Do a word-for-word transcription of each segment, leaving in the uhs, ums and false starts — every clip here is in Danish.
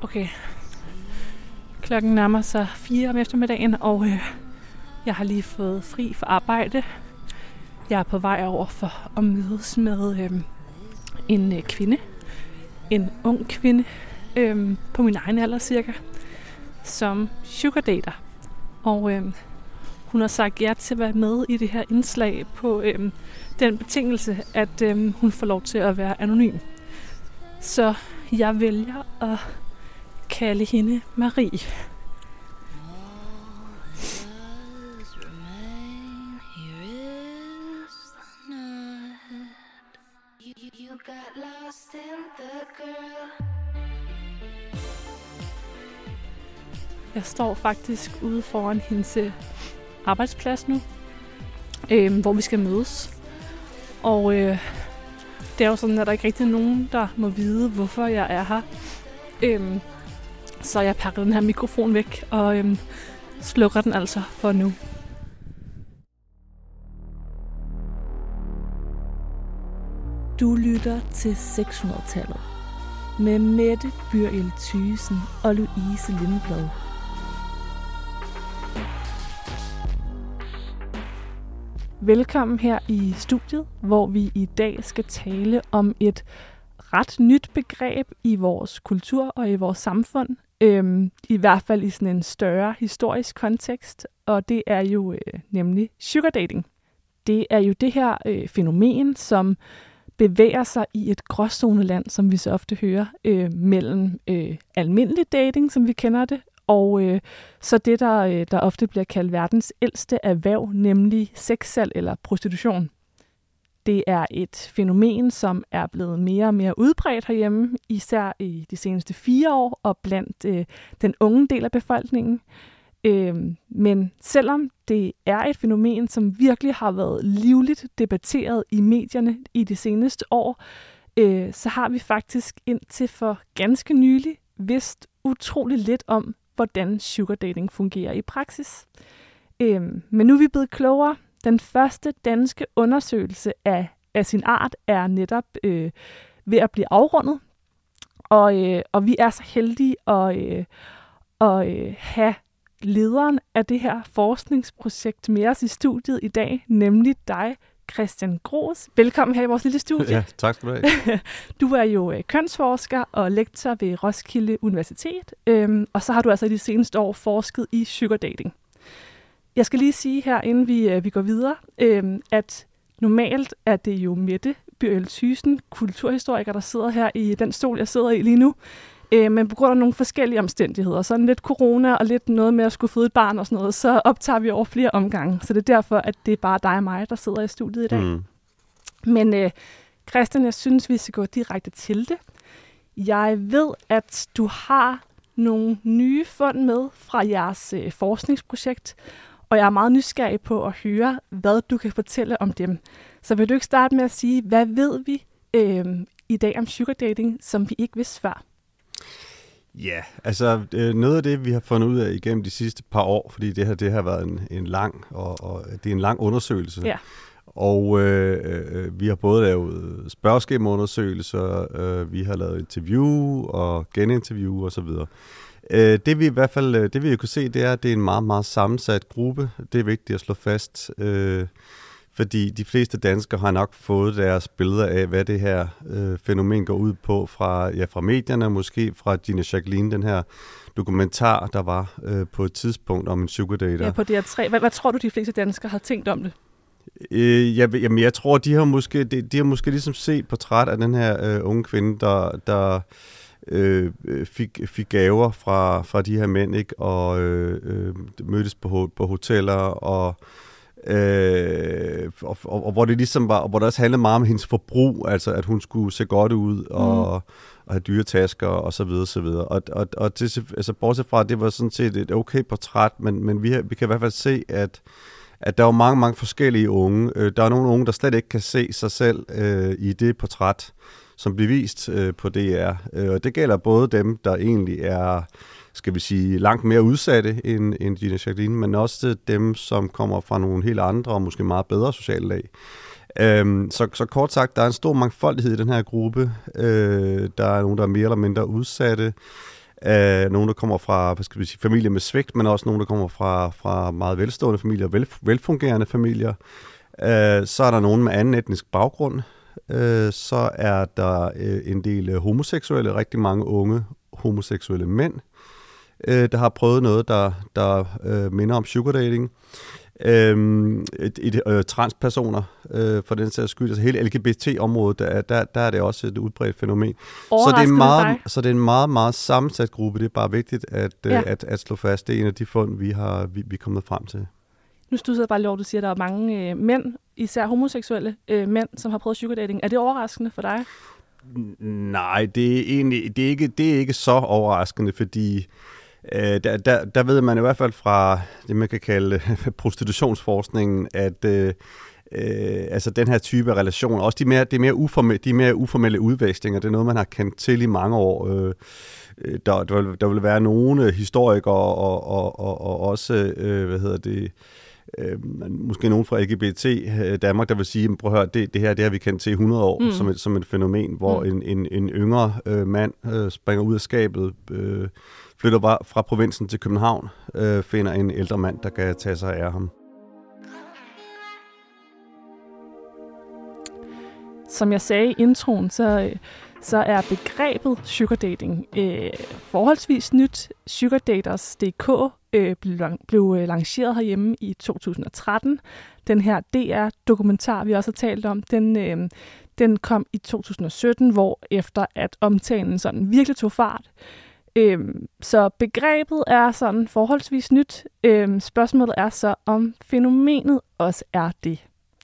Okay. Klokken nærmer sig fire om eftermiddagen, og øh, jeg har lige fået fri for arbejde. Jeg er på vej over for at mødes med øh, en øh, kvinde. En ung kvinde øh, på min egen alder cirka, som sugardater. Og øh, hun har sagt ja til at være med i det her indslag på øh, den betingelse, at øh, hun får lov til at være anonym. Så jeg vælger at kalde hende Marie. Jeg står faktisk ude foran hendes arbejdsplads nu, øh, hvor vi skal mødes. Og øh, det er jo sådan, at der ikke rigtig er nogen, der må vide, hvorfor jeg er her. Øh, så jeg pakker den her mikrofon væk og øh, slukker den altså for nu. Du lytter til seks hundrede-tallet med Mette Byrjel Thyssen og Louise Lindblad. Velkommen her i studiet, hvor vi i dag skal tale om et ret nyt begreb i vores kultur og i vores samfund. Øhm, I hvert fald i sådan en større historisk kontekst, og det er jo øh, nemlig sugardating. Det er jo det her øh, fænomen, som bevæger sig i et gråzoneland, som vi så ofte hører, øh, mellem øh, almindelig dating, som vi kender det, og øh, så det, der, øh, der ofte bliver kaldt verdens ældste erhverv, nemlig sexsalg eller prostitution. Det er et fænomen, som er blevet mere og mere udbredt herhjemme, især i de seneste fire år og blandt øh, den unge del af befolkningen. Øh, men selvom det er et fænomen, som virkelig har været livligt debatteret i medierne i de seneste år, øh, så har vi faktisk indtil for ganske nylig vidst utrolig lidt om, hvordan sugardating fungerer i praksis. Øh, men nu er vi blevet klogere. Den første danske undersøgelse af, af sin art er netop øh, ved at blive afrundet. Og, øh, og vi er så heldige at, øh, at øh, have lederen af det her forskningsprojekt med os i studiet i dag, nemlig dig, Christian Gros. Velkommen her i vores lille studie. Ja, tak skal du have. Du er jo øh, kønsforsker og lektor ved Roskilde Universitet, øhm, og så har du altså i de seneste år forsket i sugardating. Jeg skal lige sige her, inden vi, øh, vi går videre, øh, at normalt er det jo Mette Byrjel Thyssen, kulturhistoriker, der sidder her i den stol, jeg sidder i lige nu. Øh, men på grund af nogle forskellige omstændigheder, sådan lidt corona og lidt noget med at skulle føde et barn og sådan noget, så optager vi over flere omgange. Så det er derfor, at det er bare dig og mig, der sidder i studiet i dag. Mm. Men øh, Christian, jeg synes, vi skal gå direkte til det. Jeg ved, at du har nogle nye fund med fra jeres øh, forskningsprojekt, og jeg er meget nysgerrig på at høre, hvad du kan fortælle om dem. Så vil du ikke starte med at sige, hvad ved vi øh, i dag om sugardating, som vi ikke vidste før? Ja, altså øh, noget af det, vi har fundet ud af igennem de sidste par år, fordi det her det har været en, en lang og, og det er en lang undersøgelse. Ja. Og øh, øh, vi har både lavet spørgeskemaundersøgelser, øh, vi har lavet interview og geninterview og så videre. Øh, det vi i hvert fald det vi jo kunne se, det er, at det er en meget meget sammensat gruppe. Det er vigtigt at slå fast. Øh, Fordi de fleste danskere har nok fået deres billeder af, hvad det her øh, fænomen går ud på fra, ja, fra medierne, måske fra Gina Jacqueline, den her dokumentar, der var øh, på et tidspunkt om en sugardater. Ja, på D R tre. Hvad, hvad tror du, de fleste danskere har tænkt om det? Øh, jeg, jamen, jeg tror, de har måske, de, de har måske ligesom set portræt af den her øh, unge kvinde, der, der øh, fik, fik gaver fra, fra de her mænd, ikke? Og øh, øh, mødtes på, på hoteller og Øh, og, og, og hvor det ligesom var, og hvor det også handlede meget om hendes forbrug, altså at hun skulle se godt ud og, mm. og have dyre tasker og så videre, så videre. Og, og, og det, altså bortset fra, det var sådan set et okay portræt, men, men vi, vi kan i hvert fald se, at, at der er mange, mange forskellige unge. Øh, der er nogle unge, der slet ikke kan se sig selv øh, i det portræt, som bliver vist øh, på D R. Øh, og det gælder både dem, der egentlig er, skal vi sige, langt mere udsatte end, end Gina Jacqueline, men også dem, som kommer fra nogle helt andre og måske meget bedre sociale lag. Øhm, så, så kort sagt, der er en stor mangfoldighed i den her gruppe. Øh, der er nogen, der er mere eller mindre udsatte. Øh, nogle, der kommer fra hvad skal vi sige, familier med svigt, men også nogle, der kommer fra, fra meget velstående familier, vel, velfungerende familier. Øh, så er der nogen med anden etnisk baggrund. Øh, så er der øh, en del øh, homoseksuelle, rigtig mange unge homoseksuelle mænd, øh, der har prøvet noget, der, der øh, minder om sugar dating. Øhm, et, et, øh, transpersoner øh, for den sags skyld, altså hele L G B T-området, der, der, der er det også et udbredt fænomen. Så det, er meget, så det er en meget, meget sammensat gruppe. Det er bare vigtigt at, ja. øh, at, at slå fast. Det er en af de fund, vi har vi, vi er kommet frem til. Nu studser jeg bare lige over, du siger, at der er mange øh, mænd, især homoseksuelle øh, mænd, som har prøvet sugar dating. Er det overraskende for dig? Nej, det er egentlig det er ikke, det er ikke så overraskende, fordi Øh, der, der, der ved man i hvert fald fra det, man kan kalde prostitutionsforskningen, at øh, øh, altså den her type af relationer, også de mere, de mere, uformelle, de mere uformelle udvekslinger, det er noget, man har kendt til i mange år. Øh, der, der, vil, der vil være nogle historikere og, og, og, og også, øh, hvad hedder det, øh, måske nogen fra L G B T Danmark, der vil sige, prøv at høre, det, det her det har vi kendt til i hundrede år, mm. som, et, som et fænomen, hvor mm. en, en, en yngre øh, mand øh, springer ud af skabet, øh, flytter bare fra provinsen til København, øh, finder en ældre mand, der kan tage sig af ham. Som jeg sagde i introen, så, så er begrebet sugar dating øh, forholdsvis nyt. Sugardaters punktum d k øh, blev, blev lanceret herhjemme i to tusind og tretten. Den her D R-dokumentar, vi også har talt om, den, øh, den kom i to tusind og sytten, hvor efter at omtalen sådan virkelig tog fart. Øhm, så begrebet er sådan forholdsvis nyt. Øhm, spørgsmålet er så, om fænomenet også er det.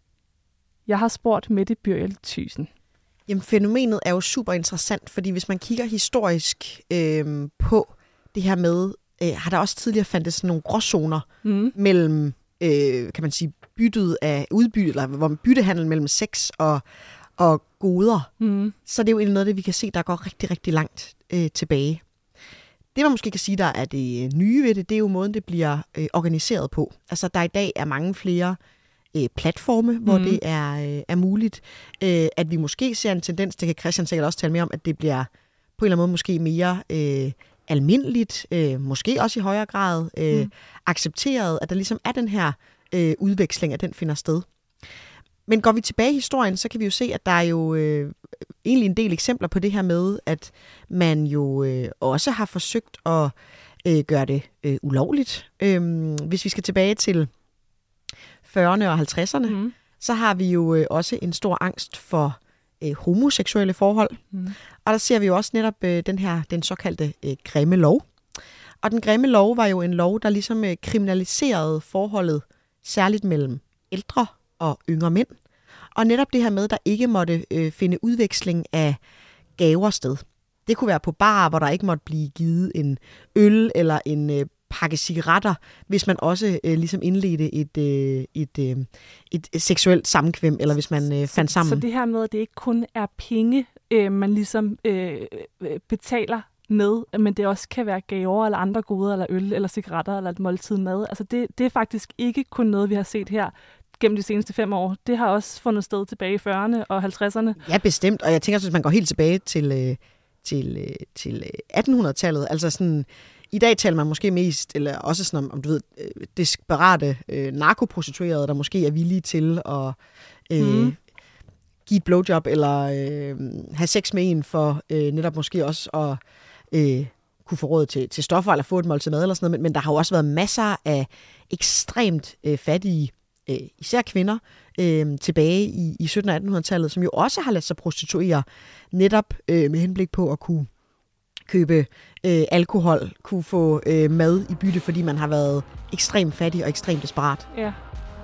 Jeg har spurgt Mette Byrjel Thyssen. Jamen, fænomenet er jo super interessant, fordi hvis man kigger historisk øh, på det her med, øh, har der også tidligere fandtes sådan nogle gråzoner mm. mellem, øh, kan man sige, byttet af udbytte, eller hvor byttehandel mellem sex og, og goder. Mm. Så det er jo noget af det, vi kan se, der går rigtig, rigtig langt øh, tilbage. Det, man måske kan sige, der er det nye ved det, det er jo måden, det bliver øh, organiseret på. Altså, der i dag er mange flere øh, platforme, hvor mm. det er, øh, er muligt, øh, at vi måske ser en tendens, det kan Christian sikkert også tale mere om, at det bliver på en eller anden måde måske mere øh, almindeligt, øh, måske også i højere grad øh, mm. accepteret, at der ligesom er den her øh, udveksling, at den finder sted. Men går vi tilbage i historien, så kan vi jo se, at der er jo øh, egentlig en del eksempler på det her med, at man jo øh, også har forsøgt at øh, gøre det øh, ulovligt. Øhm, hvis vi skal tilbage til fyrrerne og halvtredserne, mm. så har vi jo øh, også en stor angst for øh, homoseksuelle forhold. Mm. Og der ser vi jo også netop øh, den her, den såkaldte øh, grimme lov. Og den grimme lov var jo en lov, der ligesom øh, kriminaliserede forholdet særligt mellem ældre og yngre mænd. Og netop det her med, der ikke måtte øh, finde udveksling af gaver sted. Det kunne være på barer, hvor der ikke måtte blive givet en øl eller en øh, pakke cigaretter, hvis man også øh, ligesom indledte et, øh, et, øh, et seksuelt sammenkvem, eller hvis man øh, fandt sammen. Så, så det her med, at det ikke kun er penge, øh, man ligesom øh, betaler med, men det også kan være gaver eller andre goder, eller øl, eller cigaretter, eller et måltid mad. Altså det, det er faktisk ikke kun noget, vi har set her gennem de seneste fem år. Det har også fundet sted tilbage i fyrrerne og halvtredserne. Ja, bestemt. Og jeg tænker også, hvis man går helt tilbage til, til, til attenhundredetallet, altså sådan, i dag taler man måske mest, eller også sådan om, om du ved, desperate øh, narkoprostituerede, der måske er villige til at øh, mm. give et blowjob, eller øh, have sex med en, for øh, netop måske også at øh, kunne få råd til, til stoffer, eller få et måltid mad, eller sådan noget. Men, men der har jo også været masser af ekstremt øh, fattige, øh, især kvinder, øh, tilbage i, i sytten- og attenhundredetallet, som jo også har ladet sig prostituere, netop øh, med henblik på at kunne købe øh, alkohol, kunne få øh, mad i bytte, fordi man har været ekstremt fattig og ekstremt desperat. Ja.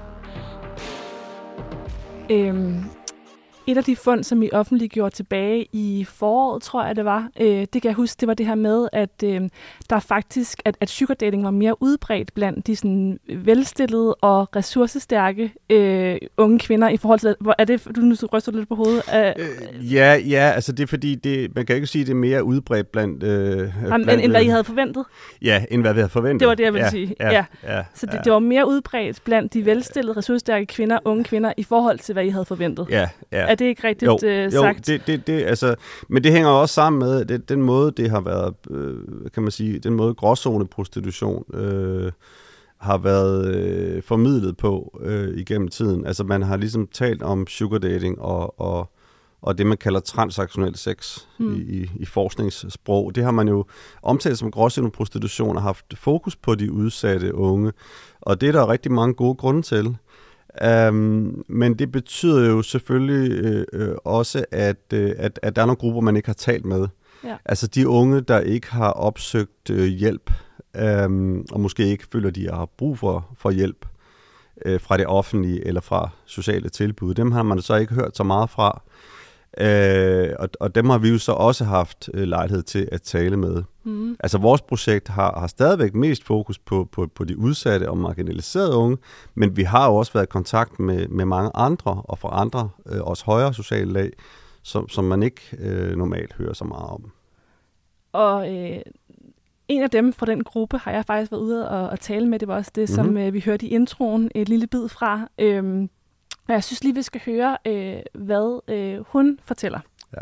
Øhm, et af de fund, som I offentliggjorde tilbage i foråret, tror jeg det var, øh, det kan jeg huske, det var det her med, at øh, der faktisk, at, at sugar dating var mere udbredt blandt de sådan velstillede og ressourcestærke øh, unge kvinder i forhold til, hvor er det, du nu ryster lidt på hovedet? Øh, ja, ja, altså det er fordi, det, man kan ikke sige, det er mere udbredt blandt... Øh, Jamen, blandt end hvad I havde forventet? Ja, end hvad vi havde forventet. Det var det, jeg ville ja, sige. Ja, ja. Ja, Så det, ja. det var mere udbredt blandt de velstillede, ressourcestærke kvinder, unge kvinder, i forhold til, hvad I havde forventet. Ja, ja. Er det ikke rigtigt jo, øh, jo, sagt? Det, det, det, altså, men det hænger også sammen med det, den måde, det har været, øh, kan man sige, den måde gråzoneprostitution øh, har været øh, formidlet på øh, igennem tiden. Altså man har ligesom talt om sugar dating og, og, og det, man kalder transaktionel sex mm. i, i, i forskningssprog. Det har man jo omtalt som gråzoneprostitution og haft fokus på de udsatte unge. Og det er der rigtig mange gode grunde til. Um, men det betyder jo selvfølgelig øh, øh, også, at, øh, at, at der er nogle grupper, man ikke har talt med. Ja. Altså de unge, der ikke har opsøgt øh, hjælp, um, og måske ikke føler, de har brug for, for hjælp øh, fra det offentlige eller fra sociale tilbud. Dem har man så ikke hørt så meget fra. Øh, og, og dem har vi jo så også haft øh, lejlighed til at tale med. Mm. Altså vores projekt har, har stadigvæk mest fokus på, på, på de udsatte og marginaliserede unge, men vi har jo også været i kontakt med, med mange andre, og fra andre, øh, også højere sociale lag, som, som man ikke øh, normalt hører så meget om. Og øh, en af dem fra den gruppe har jeg faktisk været ude og, og tale med. Det var også det, mm-hmm. som øh, vi hørte i introen, et lille bid fra. Øh, Og jeg synes lige, vi skal høre, øh, hvad øh, hun fortæller. Ja.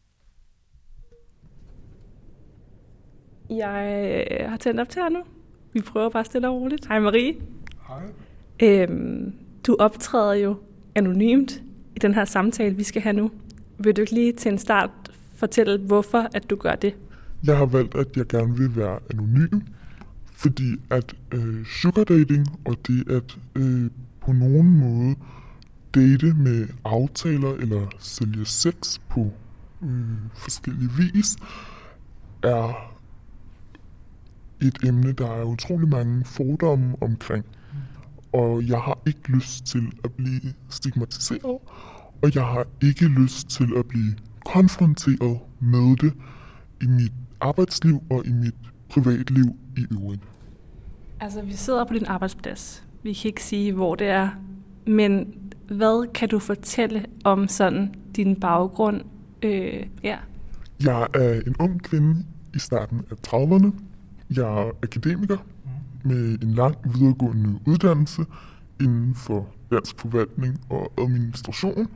Jeg øh, har tændt op til her nu. Vi prøver bare stille og roligt. Hej Marie. Hej. Øhm, du optræder jo anonymt i den her samtale, vi skal have nu. Vil du ikke lige til en start fortælle, hvorfor at du gør det? Jeg har valgt, at jeg gerne vil være anonym, fordi at øh, sugar dating og det at øh, på nogen måde date med aftaler eller sælge sex på øh, forskellige vis, er et emne, der er utrolig mange fordomme omkring. Og jeg har ikke lyst til at blive stigmatiseret, og jeg har ikke lyst til at blive konfronteret med det i mit arbejdsliv og i mit privatliv i øvrigt. Altså, vi sidder på din arbejdsplads. Vi kan ikke sige, hvor det er, men hvad kan du fortælle om sådan din baggrund? Øh, ja. Jeg er en ung kvinde i starten af trediverne. Jeg er akademiker med en lang videregående uddannelse inden for dansk forvaltning og administration.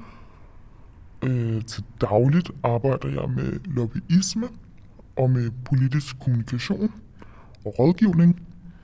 Øh, til dagligt arbejder jeg med lobbyisme og med politisk kommunikation og rådgivning.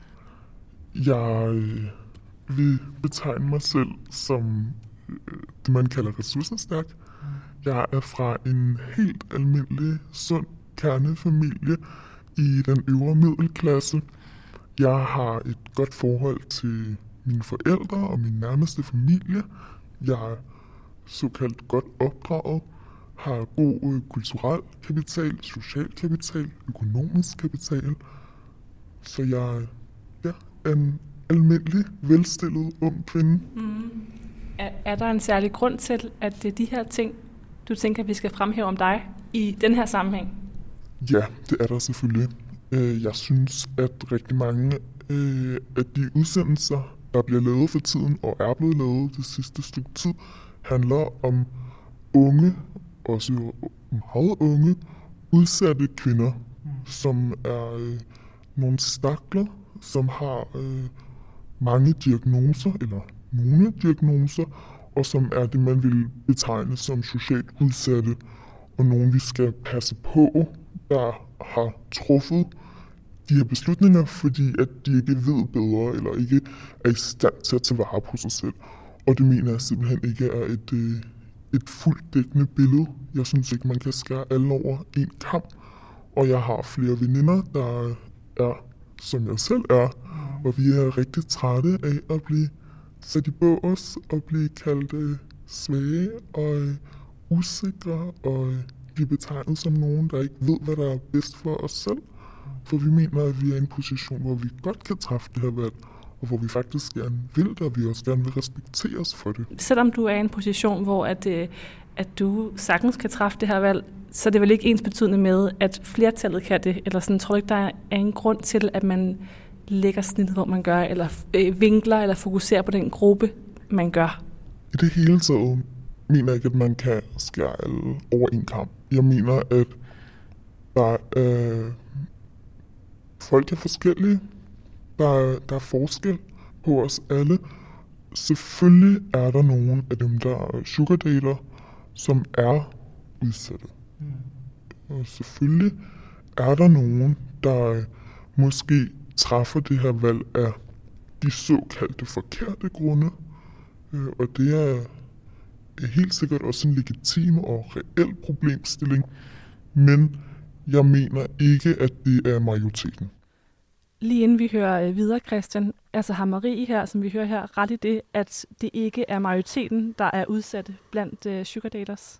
Jeg øh, vil betegne mig selv som øh, det, man kalder ressourcestærk. Jeg er fra en helt almindelig, sund kernefamilie i den øvre middelklasse. Jeg har et godt forhold til mine forældre og min nærmeste familie. Jeg er såkaldt godt opdraget, har god øh, kulturel kapital, social kapital, økonomisk kapital. Så jeg ja, er en almindelig, velstillet ung kvinde. Mm. Er, er der en særlig grund til, at det er de her ting, du tænker, vi skal fremhæve om dig i den her sammenhæng? Ja, det er der selvfølgelig. Jeg synes, at rigtig mange af de udsendelser, der bliver lavet for tiden og er blevet lavet det sidste stykke tid, handler om unge, også meget unge, udsatte kvinder, som er øh, nogle stakler, som har øh, mange diagnoser, eller nogle diagnoser, og som er det, man vil betegne som socialt udsatte, og nogen, vi skal passe på, der har truffet de her beslutninger, fordi at de ikke ved bedre, eller ikke er i stand til at tage vare på sig selv. Og det mener jeg simpelthen ikke er et, øh, et fuldt dækkende billede. Jeg synes ikke, man kan skære alle over en kam. Og jeg har flere veninder, der er, som jeg selv er, og vi er rigtig trætte af at blive sat i bås og blive kaldt øh, svage og øh, usikre og øh, blive betegnet som nogen, der ikke ved, hvad der er bedst for os selv. For vi mener, at vi er i en position, hvor vi godt kan træffe det her valg, og hvor vi faktisk gerne vil det, og vi også gerne vil respektere os for det. Selvom du er i en position, hvor at, øh, at du sagtens kan træffe det her valg, så er det vel ikke ens betydende med, at flertallet kan det? Eller sådan, tror du ikke, der er en grund til, at man lægger snittet, hvor man gør, eller øh, vinkler, eller fokuserer på den gruppe, man gør? I det hele taget mener jeg ikke, at man kan skære alle over en kamp. Jeg mener, at der er, øh, folk er forskellige. Der er, der er forskel på os alle. Selvfølgelig er der nogle af dem, der sugardater, som er udsatte. Mm. Og selvfølgelig er der nogen, der måske træffer det her valg af de såkaldte forkerte grunde, og det er helt sikkert også en legitim og reel problemstilling, men jeg mener ikke, at det er majoriteten. Lige inden vi hører videre, Christian, altså har Marie her, som vi hører her, ret i det, at det ikke er majoriteten, der er udsatte blandt uh, sugar daters?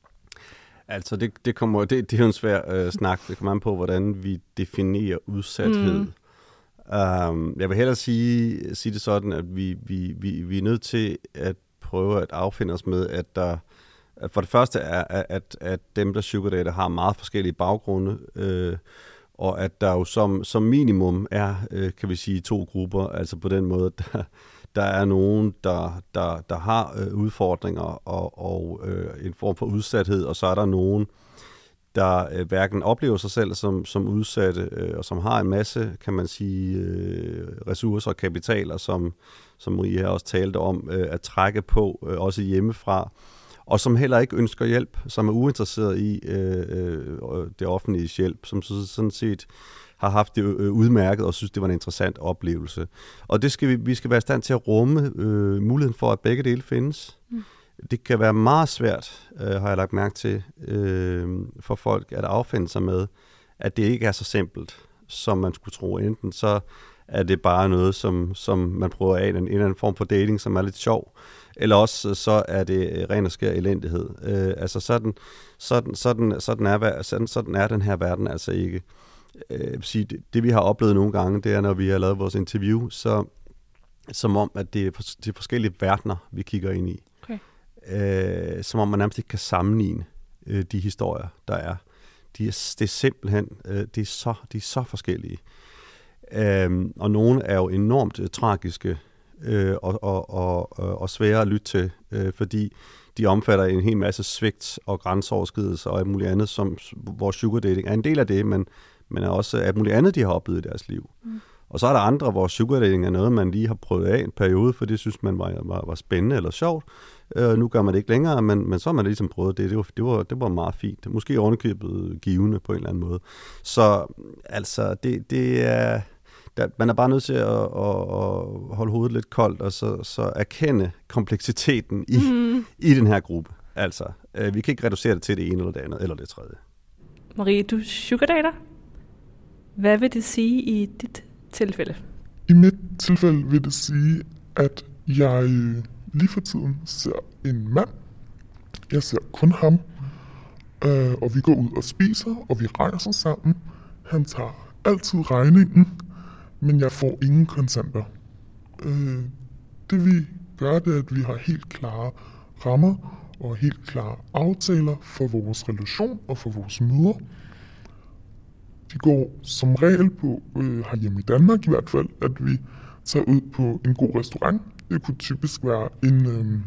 Altså, det, det, kommer, det, det er jo en svær uh, snak. Det kommer an på, hvordan vi definerer udsathed. Mm. Um, jeg vil hellere sige, sige det sådan, at vi, vi, vi, vi er nødt til at prøve at affinde os med, at der at for det første er, at, at dem, der sugardater, har meget forskellige baggrunde, øh, og at der jo som, som minimum er, øh, kan vi sige, to grupper, altså på den måde, der, der er nogen, der, der, der har øh, udfordringer og, og øh, en form for udsathed, og så er der nogen, der øh, hverken oplever sig selv som, som udsatte, øh, og som har en masse, kan man sige, øh, ressourcer og kapitaler, som, som Marie her også talte om, øh, at trække på, øh, også hjemmefra, og som heller ikke ønsker hjælp, som er uinteresseret i øh, øh, det offentlige hjælp, som sådan set har haft det øh, udmærket og synes, det var en interessant oplevelse. Og det skal vi, vi skal være i stand til at rumme øh, muligheden for, at begge dele findes. Mm. Det kan være meget svært, øh, har jeg lagt mærke til, øh, for folk at affinde sig med, at det ikke er så simpelt, som man skulle tro. Enten så er det bare noget, som, som man prøver af, en, en eller anden form for dating, som er lidt sjov, eller også så er det ren og skær elendighed. Øh, altså sådan, sådan, sådan, sådan, er, sådan, sådan er den her verden altså ikke. Øh, sige, det, det vi har oplevet nogle gange, det er, når vi har lavet vores interview, så som om, at det er de forskellige verdener, vi kigger ind i. Okay. Øh, som om man nærmest ikke kan sammenligne øh, de historier, der er. De er det er simpelthen, øh, det er så, de er så forskellige. Øh, og nogle er jo enormt øh, tragiske øh, og, og, og, og svære at lytte til, øh, fordi de omfatter en hel masse svigt og grænseoverskridelser og alt muligt andet, som hvor sugar dating er en del af det, men, men er også alt muligt andet, de har oplevet i deres liv. Mm. Og så er der andre, hvor sugar dating er noget, man lige har prøvet af en periode, for det synes man var, var, var spændende eller sjovt. Øh, nu gør man det ikke længere, men, men så har man ligesom prøvet det. Det var, det var, det var meget fint. Måske ovenikøbet givende på en eller anden måde. Så altså, det, det er... Der, man er bare nødt til at, at, at holde hovedet lidt koldt, og så, så erkende kompleksiteten i, mm. i den her gruppe. Altså, øh, vi kan ikke reducere det til det ene eller det andet, eller det tredje. Marie, du sugardater. Hvad vil det sige i dit tilfælde? I mit tilfælde vil det sige, at jeg lige for tiden ser en mand. Jeg ser kun ham. Øh, og vi går ud og spiser, og vi rejser sammen. Han tager altid regningen, men jeg får ingen kontanter. Øh, det vi gør, det er, at vi har helt klare rammer og helt klare aftaler for vores relation og for vores møder. De går som regel på, øh, herhjemme i Danmark i hvert fald, at vi tager ud på en god restaurant. Det kunne typisk være en, øh,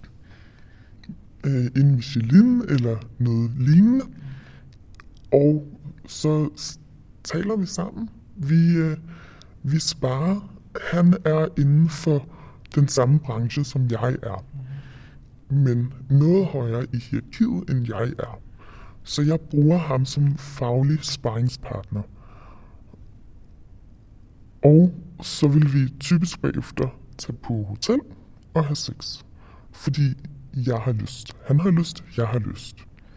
øh, en Michelin eller noget lignende. Og så taler vi sammen. Vi, øh, vi sparer. Han er inden for den samme branche, som jeg er. Men noget højere i hierarkiet, end jeg er. Så jeg bruger ham som faglig sparringspartner. Og så vil vi typisk bagefter tage på hotel og have sex. Fordi jeg har lyst. Han har lyst, jeg har lyst.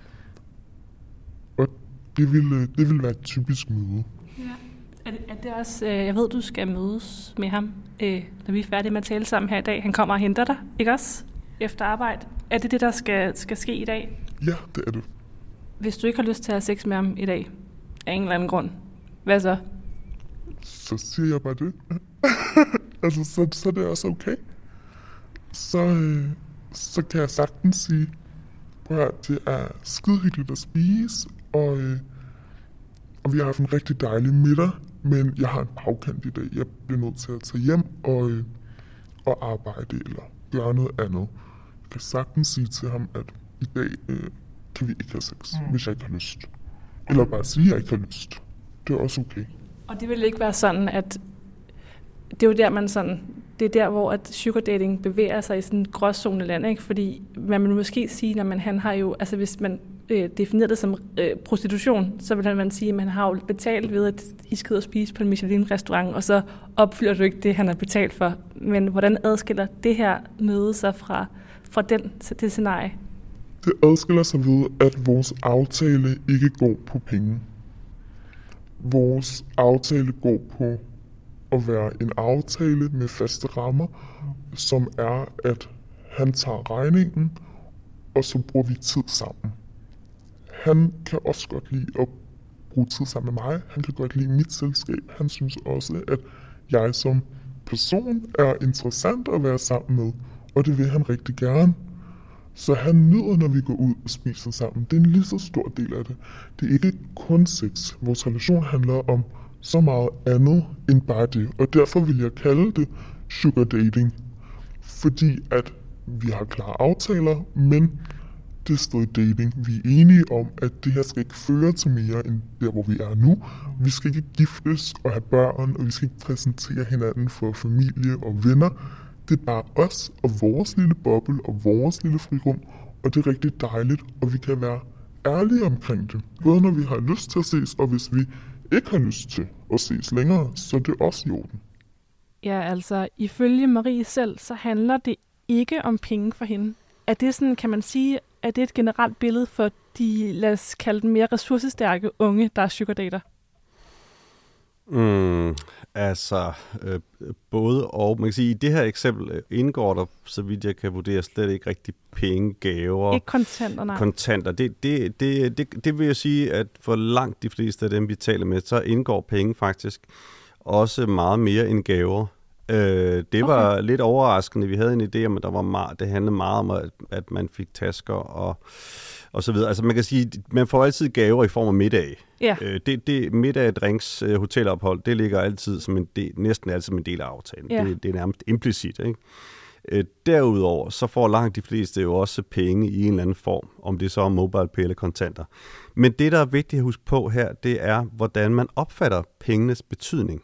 Og det vil, det vil være et typisk møde. Ja. Er det, er det også, øh, jeg ved, du skal mødes med ham, øh, når vi er færdige med at tale sammen her i dag. Han kommer og henter dig, ikke også? Efter arbejde. Er det det, der skal, skal ske i dag? Ja, det er det. Hvis du ikke har lyst til at have sex med ham i dag, af en eller anden grund, hvad så? Så siger jeg bare det. altså, så, så er det også okay. Så, øh, så kan jeg sagtens sige, at det er skide hyggeligt at spise, og, øh, og vi har haft en rigtig dejlig middag, men jeg har en bagkant i dag. Jeg bliver nødt til at tage hjem og, øh, og arbejde eller gøre noget andet. Jeg kan sagtens sige til ham, at i dag øh, kan vi ikke have sex, mm. hvis jeg ikke har lyst. Eller bare sige, at jeg ikke har lyst. Det er også okay. Og det vil ikke være sådan, at det er jo der, man sådan, det er der, hvor at sugar dating bevæger sig i sådan en gråzoneland, ikke? Fordi man vil måske sige, at man, han har jo, altså hvis man øh, definerer det som øh, prostitution, så vil man sige, at man har jo betalt ved, at I skal ud og spise på en Michelin-restaurant, og så opfylder du ikke det, han har betalt for. Men hvordan adskiller det her møde sig fra, fra den, det scenarie? Det adskiller sig ved, at vores aftale ikke går på penge. Vores aftale går på at være en aftale med faste rammer, som er, at han tager regningen, og så bruger vi tid sammen. Han kan også godt lide at bruge tid sammen med mig. Han kan godt lide mit selskab. Han synes også, at jeg som person er interessant at være sammen med, og det vil han rigtig gerne. Så han nyder, når vi går ud og spiser sammen. Det er en lige så stor del af det. Det er ikke kun sex. Vores relation handler om så meget andet end bare det. Og derfor vil jeg kalde det sugar dating. Fordi at vi har klare aftaler, men det er stadig dating. Vi er enige om, at det her skal ikke føre til mere end der, hvor vi er nu. Vi skal ikke giftes og have børn, og vi skal ikke præsentere hinanden for familie og venner. Det er bare os og vores lille boble og vores lille frirum, og det er rigtig dejligt, og vi kan være ærlige omkring det. Både når vi har lyst til at ses, og hvis vi ikke har lyst til at ses længere, så er det også i orden. Ja, altså ifølge Marie selv, så handler det ikke om penge for hende. Er det sådan, kan man sige, at det er et generelt billede for de, lad os kalde dem mere ressourcestærke unge, der er sugardater? Mm, altså, øh, både og. Man kan sige, at i det her eksempel indgår der, så vidt jeg kan vurdere, slet ikke rigtig penge, gaver. Ikke kontanter, nej. Kontanter. Det, det, det, det, det vil jeg sige, at for langt de fleste af dem, vi taler med, så indgår penge faktisk også meget mere end gaver. Øh, det var okay. Lidt overraskende. Vi havde en idé om, at der var meget, det handlede meget om, at, at man fik tasker og, og så videre. Altså man kan sige, man får altid gaver i form af middag. Ja. Øh, det, det middag, drinks, hotelophold, det ligger altid som en del, næsten altid som en del af aftalen. Ja. Det, det er nærmest implicit, ikke? Øh, derudover, så får langt de fleste jo også penge i en eller anden form, om det så er MobilePay eller kontanter. Men det, der er vigtigt at huske på her, det er, hvordan man opfatter pengenes betydning.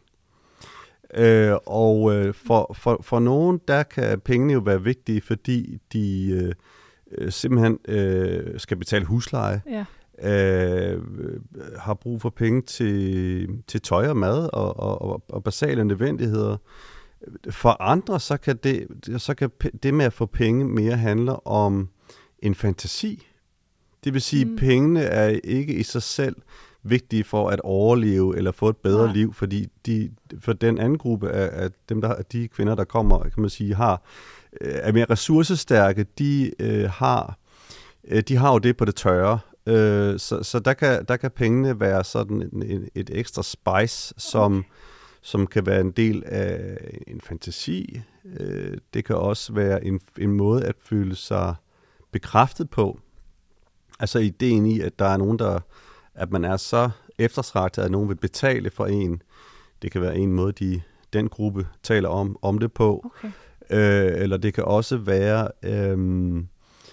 Øh, og øh, for, for, for nogen, der kan pengene jo være vigtige, fordi de øh, simpelthen øh, skal betale husleje, ja. øh, har brug for penge til, til tøj og mad og, og, og basale nødvendigheder. For andre, så kan, det, så kan det med at få penge mere handle om en fantasi. Det vil sige, at mm. pengene er ikke i sig selv vigtige for at overleve eller få et bedre Nej. liv, fordi de, for den anden gruppe af, af dem, der, de kvinder, der kommer, kan man sige, har, er mere ressourcestærke, de, øh, har, øh, de har jo det på det tørre. Øh, så så der, kan, der kan pengene være sådan en, en, et ekstra spice, som, okay. som kan være en del af en fantasi. Øh, det kan også være en, en måde at føle sig bekræftet på. Altså ideen i, at der er nogen, der at man er så eftertragtet, at nogen vil betale for en. Det kan være en måde, de, den gruppe taler om, om det på. Okay. Øh, eller det kan også være, øh,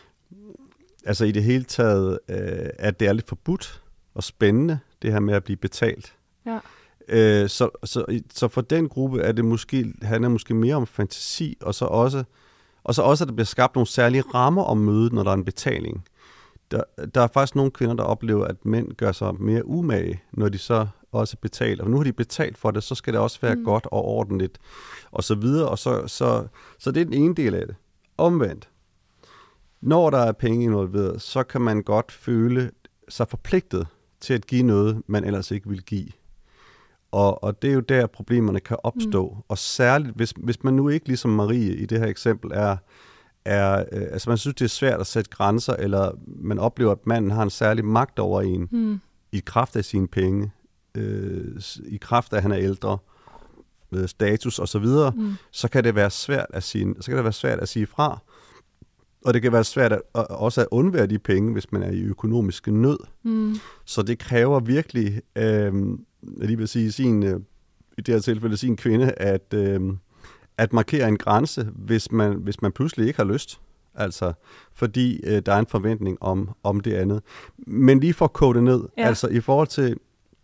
altså i det hele taget, øh, at det er lidt forbudt og spændende, det her med at blive betalt. Ja. Øh, så, så, så for den gruppe er det måske, handler måske mere om fantasi, og så også, og så også at der bliver skabt nogle særlige rammer om mødet, når der er en betaling. Der, der er faktisk nogle kvinder, der oplever, at mænd gør sig mere umage, når de så også betaler. Og nu har de betalt for det, så skal det også være mm. godt og ordentligt, og så videre. Og så, så, så det er den ene del af det. Omvendt, når der er penge involveret, så kan man godt føle sig forpligtet til at give noget, man ellers ikke vil give. Og, og det er jo der, problemerne kan opstå. Mm. Og særligt, hvis, hvis man nu ikke, ligesom Marie i det her eksempel, er... Er, øh, altså man synes, det er svært at sætte grænser, eller man oplever, at manden har en særlig magt over en, mm. i kraft af sine penge, øh, i kraft af, at han er ældre, øh, status osv., så, videre, mm. så kan det være svært at sige, så kan det være svært at sige fra. Og det kan være svært at, at, også at undvære de penge, hvis man er i økonomisk nød. Mm. Så det kræver virkelig, øh, jeg lige vil sige, sin, øh, i det her tilfælde sin kvinde, at... Øh, at markere en grænse, hvis man, hvis man pludselig ikke har lyst. Altså, fordi øh, der er en forventning om, om det andet. Men lige for at koge det ned, ja. altså i forhold til,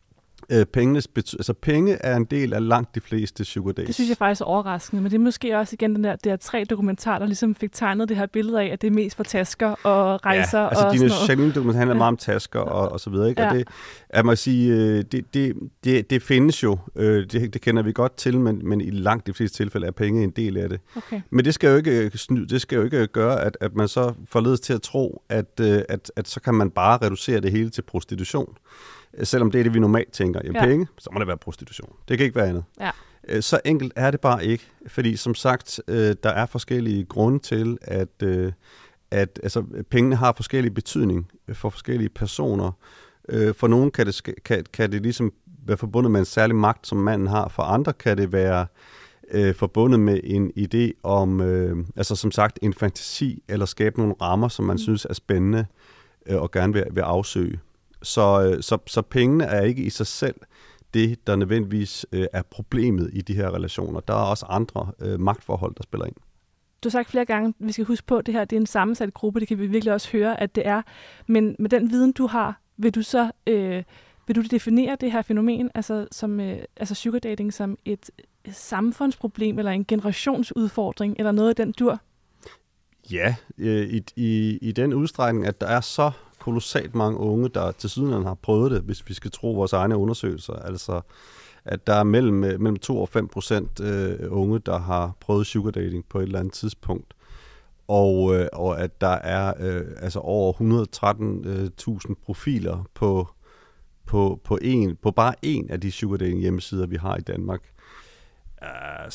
Øh, pengenes bety- altså penge er en del af langt de fleste sugar dates. Det synes jeg faktisk er overraskende, men det er måske også igen den der, der tre dokumentar, der ligesom fik tegnet det her billede af, at det er mest for tasker og rejser ja, altså og dine sådan noget. dokumentar handler ja. meget om tasker og, og så videre, ikke? Ja. Og det, jeg må sige, det, det, det, det findes jo, det, det kender vi godt til, men, men i langt de fleste tilfælde er penge en del af det. Okay. Men det skal jo ikke sny, det skal jo ikke gøre, at, at man så forledes til at tro, at, at, at så kan man bare reducere det hele til prostitution. Selvom det er det, vi normalt tænker. Jamen ja. penge, så må det være prostitution. Det kan ikke være andet. Ja. Så enkelt er det bare ikke. Fordi som sagt, der er forskellige grunde til, at, at altså, pengene har forskellige betydning for forskellige personer. For nogle kan det, kan, kan det ligesom være forbundet med en særlig magt, som manden har. For andre kan det være øh, forbundet med en idé om, øh, altså som sagt, en fantasi, eller skabe nogle rammer, som man mm. synes er spændende øh, og gerne vil, vil afsøge. Så, så, så pengene er ikke i sig selv det, der nødvendigvis øh, er problemet i de her relationer. Der er også andre øh, magtforhold, der spiller ind. Du har sagt flere gange, at vi skal huske på, at det her det er en sammensat gruppe. Det kan vi virkelig også høre, at det er. Men med den viden, du har, vil du så øh, vil du definere det her fænomen, altså, som, øh, altså sugar dating, som et samfundsproblem eller en generationsudfordring, eller noget af den dur? Ja, øh, i, i, i den udstrækning, at der er så kolossalt mange unge, der til siden har prøvet det, hvis vi skal tro vores egne undersøgelser. Altså, at der er mellem, mellem to og fem procent øh, unge, der har prøvet sugar dating på et eller andet tidspunkt. Og, øh, og at der er øh, altså over et hundrede og tretten tusind profiler på, på, på, en, på bare en af de sugar dating hjemmesider, vi har i Danmark. Uh,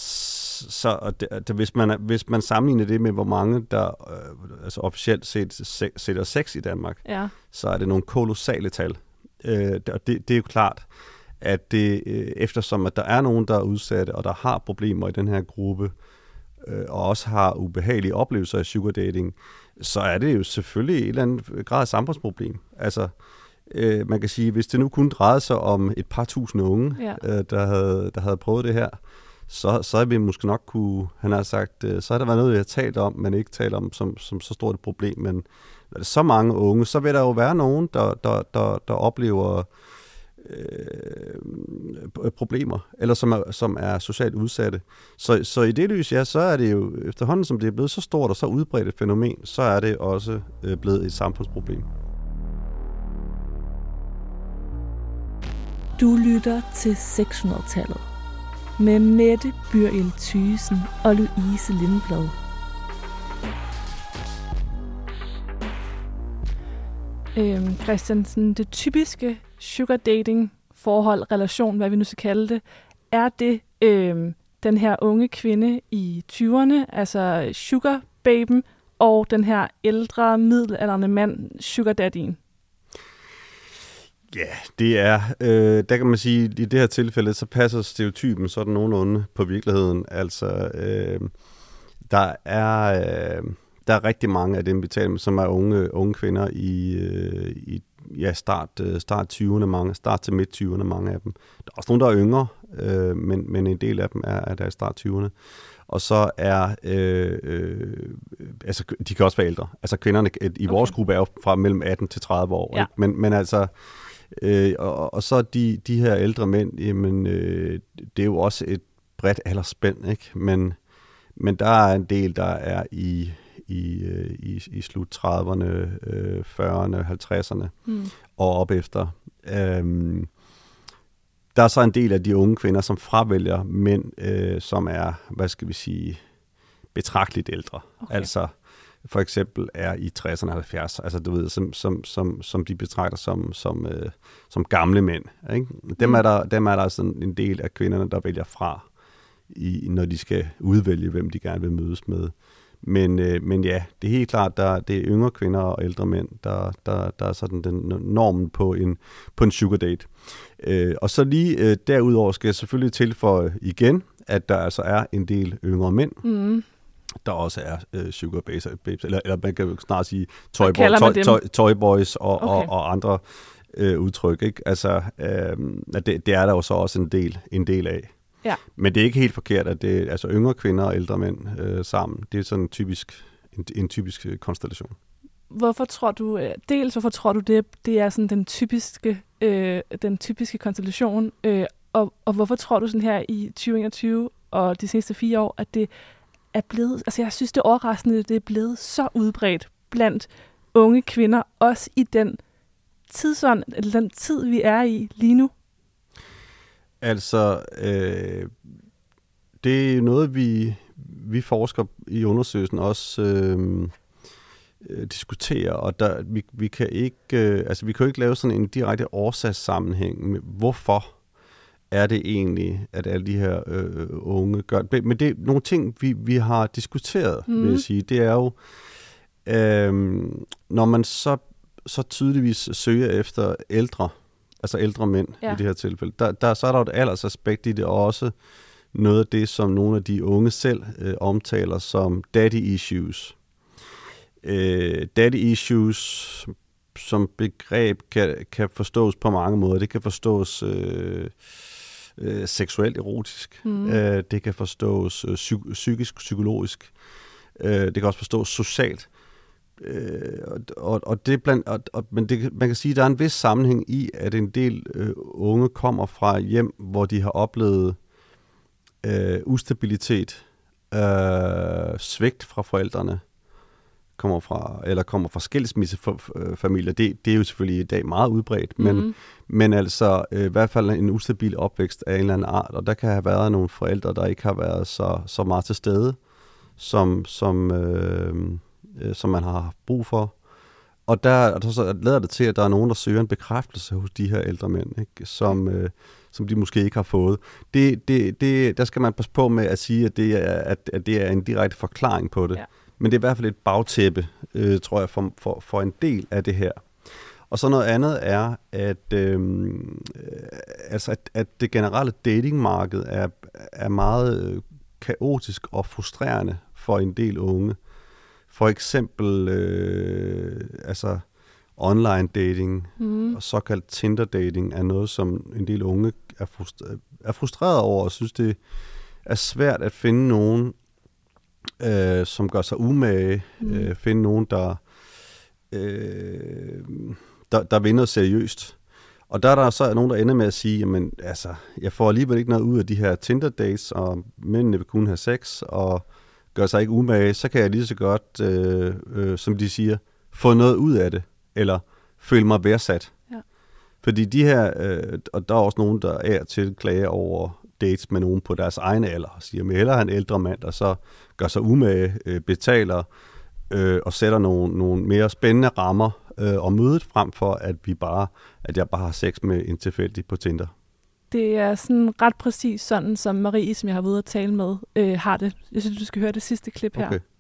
så det, det, hvis, man, hvis man sammenligner det med, hvor mange der øh, altså officielt set se, sætter sex i Danmark, ja. så er det nogle kolossale tal. Uh, det, det, det er jo klart, at det, øh, eftersom at der er nogen, der er udsatte, og der har problemer i den her gruppe, øh, og også har ubehagelige oplevelser af sugar dating, så er det jo selvfølgelig et eller andet grad af samfundsproblem. Altså, øh, man kan sige, hvis det nu kun drejede sig om et par tusind unge, ja. øh, der, havde, der havde prøvet det her, så, så havde vi måske nok kunne, han har sagt, øh, så har der været noget, vi har talt om, men ikke talt om som, som så stort et problem. Men er det så mange unge, så vil der jo være nogen, der, der, der, der oplever øh, problemer, eller som er, som er socialt udsatte. Så, så i det lys, ja, så er det jo efterhånden, som det er blevet så stort og så udbredt et fænomen, så er det også øh, blevet et samfundsproblem. Du lytter til seks hundrede-tallet med Mette Byril Thyssen og Louise Lindblad. Øhm, Christiansen, det typiske sugar dating forhold, relation, hvad vi nu skal kalde det, er det øhm, den her unge kvinde i tyverne, altså sugar babyen, og den her ældre, middelaldrende mand, sugar daddyen? Ja, det er, øh, der kan man sige, i det her tilfælde, så passer stereotypen sådan nogenlunde på virkeligheden. Altså, øh, der er... Øh, Der er rigtig mange af dem, vi taler med, som er unge, unge kvinder i, øh, i ja, start, start tyverne, mange, start til midt tyverne, mange af dem. Der er også nogle, der er yngre, øh, men, men en del af dem er, er der i start tyverne. Og så er, øh, øh, altså de kan også være ældre. Altså kvinderne i okay. vores gruppe er jo fra mellem atten til tredive år. Ja. Ikke? Men, men altså, øh, og, og så de, de her ældre mænd, jamen, øh, det er jo også et bredt aldersspænd, ikke? Men, men der er en del, der er i... I, i, i slut trediverne, øh, fyrrerne, halvtredserne mm. og op efter. Øhm, der er så en del af de unge kvinder, som fravælger mænd, øh, som er, hvad skal vi sige, betragteligt ældre. Okay. Altså for eksempel er i tresserne og halvfjerdserne, altså du ved, som, som, som, som de betragter som, som, øh, som gamle mænd. Ikke? Dem, mm. er der, dem er der sådan en del af kvinderne, der vælger fra, i, når de skal udvælge, hvem de gerne vil mødes med. Men, øh, men ja, det er helt klart, der det er yngre kvinder og ældre mænd, der, der, der er sådan den normen på en, på en sugar date. Øh, og så lige øh, derudover skal jeg selvfølgelig tilføje igen, at der altså er en del yngre mænd, mm. der også er øh, sugar babes, eller, eller man kan jo snart sige toy, boy, toy, toy, toy boys og, okay. og, og andre øh, udtryk. Ikke? Altså, øh, det, det er der jo så også en del, en del af. Ja. Men det er ikke helt forkert, at det er altså yngre kvinder og ældre mænd øh, sammen. Det er sådan en typisk, en, en typisk konstellation. Hvorfor tror du, dels hvorfor tror du det, det er sådan den typiske øh, den typiske konstellation, øh, og, og hvorfor tror du sådan her i tyve enogtyve og de seneste fire år, at det er blevet, altså jeg synes det er overraskende, at det er blevet så udbredt blandt unge kvinder, også i den tidsånd, eller den tid, vi er i lige nu? Altså, øh, det er noget, vi, vi forskere i undersøgelsen også øh, øh, diskuterer, og der, vi, vi kan ikke, øh, altså vi kan jo ikke lave sådan en direkte årsagssammenhæng med, hvorfor er det egentlig, at alle de her øh, unge gør det. Men det er nogle ting, vi, vi har diskuteret, mm. vil jeg sige. Det er jo, øh, når man så, så tydeligvis søger efter ældre, altså ældre mænd ja. i det her tilfælde, der, der, så er der jo et aldersaspekt i det, og også noget af det, som nogle af de unge selv øh, omtaler som daddy issues. Øh, daddy issues som begreb kan, kan forstås på mange måder. Det kan forstås øh, øh, seksuelt erotisk. Mm. Øh, det kan forstås øh, psy- psykisk, psykologisk. Øh, det kan også forstås socialt. Øh, og, og det blandt, og, og, men det, man kan sige, at der er en vis sammenhæng i, at en del øh, unge kommer fra hjem, hvor de har oplevet øh, ustabilitet, øh, svigt fra forældrene, kommer fra, eller kommer fra skilsmissefamilier. Det, det er jo selvfølgelig i dag meget udbredt, men, mm-hmm. men altså øh, i hvert fald en ustabil opvækst af en eller anden art, og der kan have været nogle forældre, der ikke har været så, så meget til stede, som, som, øh, øh, som man har haft brug for. Og der, der så lader det til, at der er nogen, der søger en bekræftelse hos de her ældre mænd, ikke? Som, øh, som de måske ikke har fået. Det, det, det, der skal man passe på med at sige, at det er, at, at det er en direkte forklaring på det. Ja. Men det er i hvert fald et bagtæppe, øh, tror jeg, for, for, for en del af det her. Og så noget andet er, at, øh, altså at, at det generelle datingmarked er, er meget kaotisk og frustrerende for en del unge. For eksempel øh, altså online dating mm. og såkaldt Tinder dating er noget, som en del unge er frustreret, er frustreret over og synes, det er svært at finde nogen, Øh, som gør sig umage, mm. øh, finde nogen, der, øh, der, der vinder seriøst. Og der er der så nogen, der ender med at sige, jamen altså, jeg får alligevel ikke noget ud af de her Tinder-dates, og mændene vil kun have sex, og gør sig ikke umage, så kan jeg lige så godt, øh, øh, som de siger, få noget ud af det, eller føle mig værdsat. Ja. Fordi de her, øh, og der er også nogen, der er til klager over dates med nogen på deres egne alder, og siger, at hellere have en ældre mand, der så gør sig umage, øh, betaler øh, og sætter nogle, nogle mere spændende rammer øh, om mødet, frem for at vi bare, at jeg bare har sex med en tilfældig på Tinder. Det er sådan ret præcis sådan, som Marie, som jeg har været ude at tale med, øh, har det. Jeg synes, du skal høre det sidste klip her. Okay.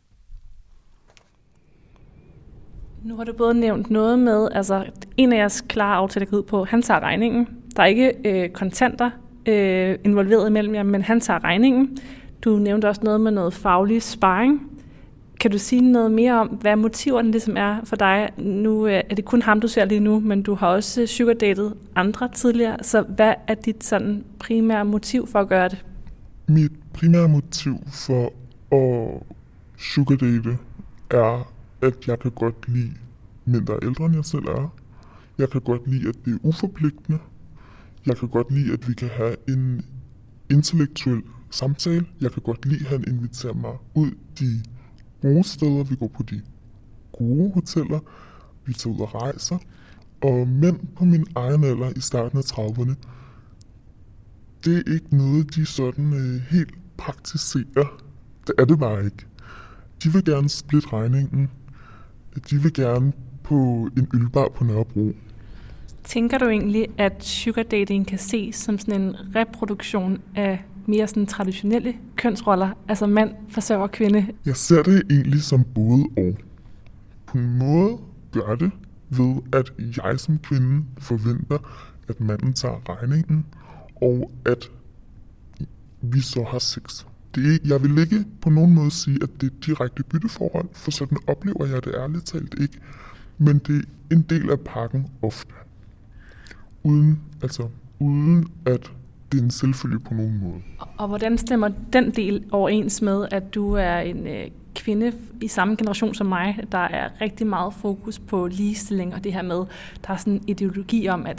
Nu har du både nævnt noget med, altså en af jeres klare aftaler går ud på, han tager regningen. Der er ikke øh, kontanter øh, involveret imellem jer, men han tager regningen. Du nævnte også noget med noget faglig sparring. Kan du sige noget mere om, hvad motiverne ligesom er for dig? Nu er det kun ham, du ser lige nu, men du har også sugardatet andre tidligere. Så hvad er dit sådan primære motiv for at gøre det? Mit primære motiv for at sugardate er, at jeg kan godt lide mænd, der er ældre end jeg selv er. Jeg kan godt lide, at det er uforpligtende. Jeg kan godt lide, at vi kan have en intellektuel samtale. Jeg kan godt lide, at han inviterer mig ud de gode steder. Vi går på de gode hoteller. Vi tager ud og rejser. Og mænd på min egen alder i starten af trediverne, det er ikke noget, de sådan øh, helt praktiserer. Det er det bare ikke. De vil gerne splitte regningen. De vil gerne på en ølbar på Nørrebro. Tænker du egentlig, at sugar dating kan ses som sådan en reproduktion af mere sådan traditionelle kønsroller, altså mand forsørger kvinde? Jeg ser det egentlig som både og. På en måde gør det ved, at jeg som kvinde forventer, at manden tager regningen, og at vi så har sex. Det er, jeg vil ikke på nogen måde sige, at det er et direkte bytteforhold, for sådan oplever jeg det ærligt talt ikke. Men det er en del af pakken ofte. Uden, altså, uden at det er en selvfølge på nogen måde. Og, og hvordan stemmer den del overens med, at du er en øh, kvinde i samme generation som mig, der er rigtig meget fokus på ligestilling og det her med, der er sådan en ideologi om, at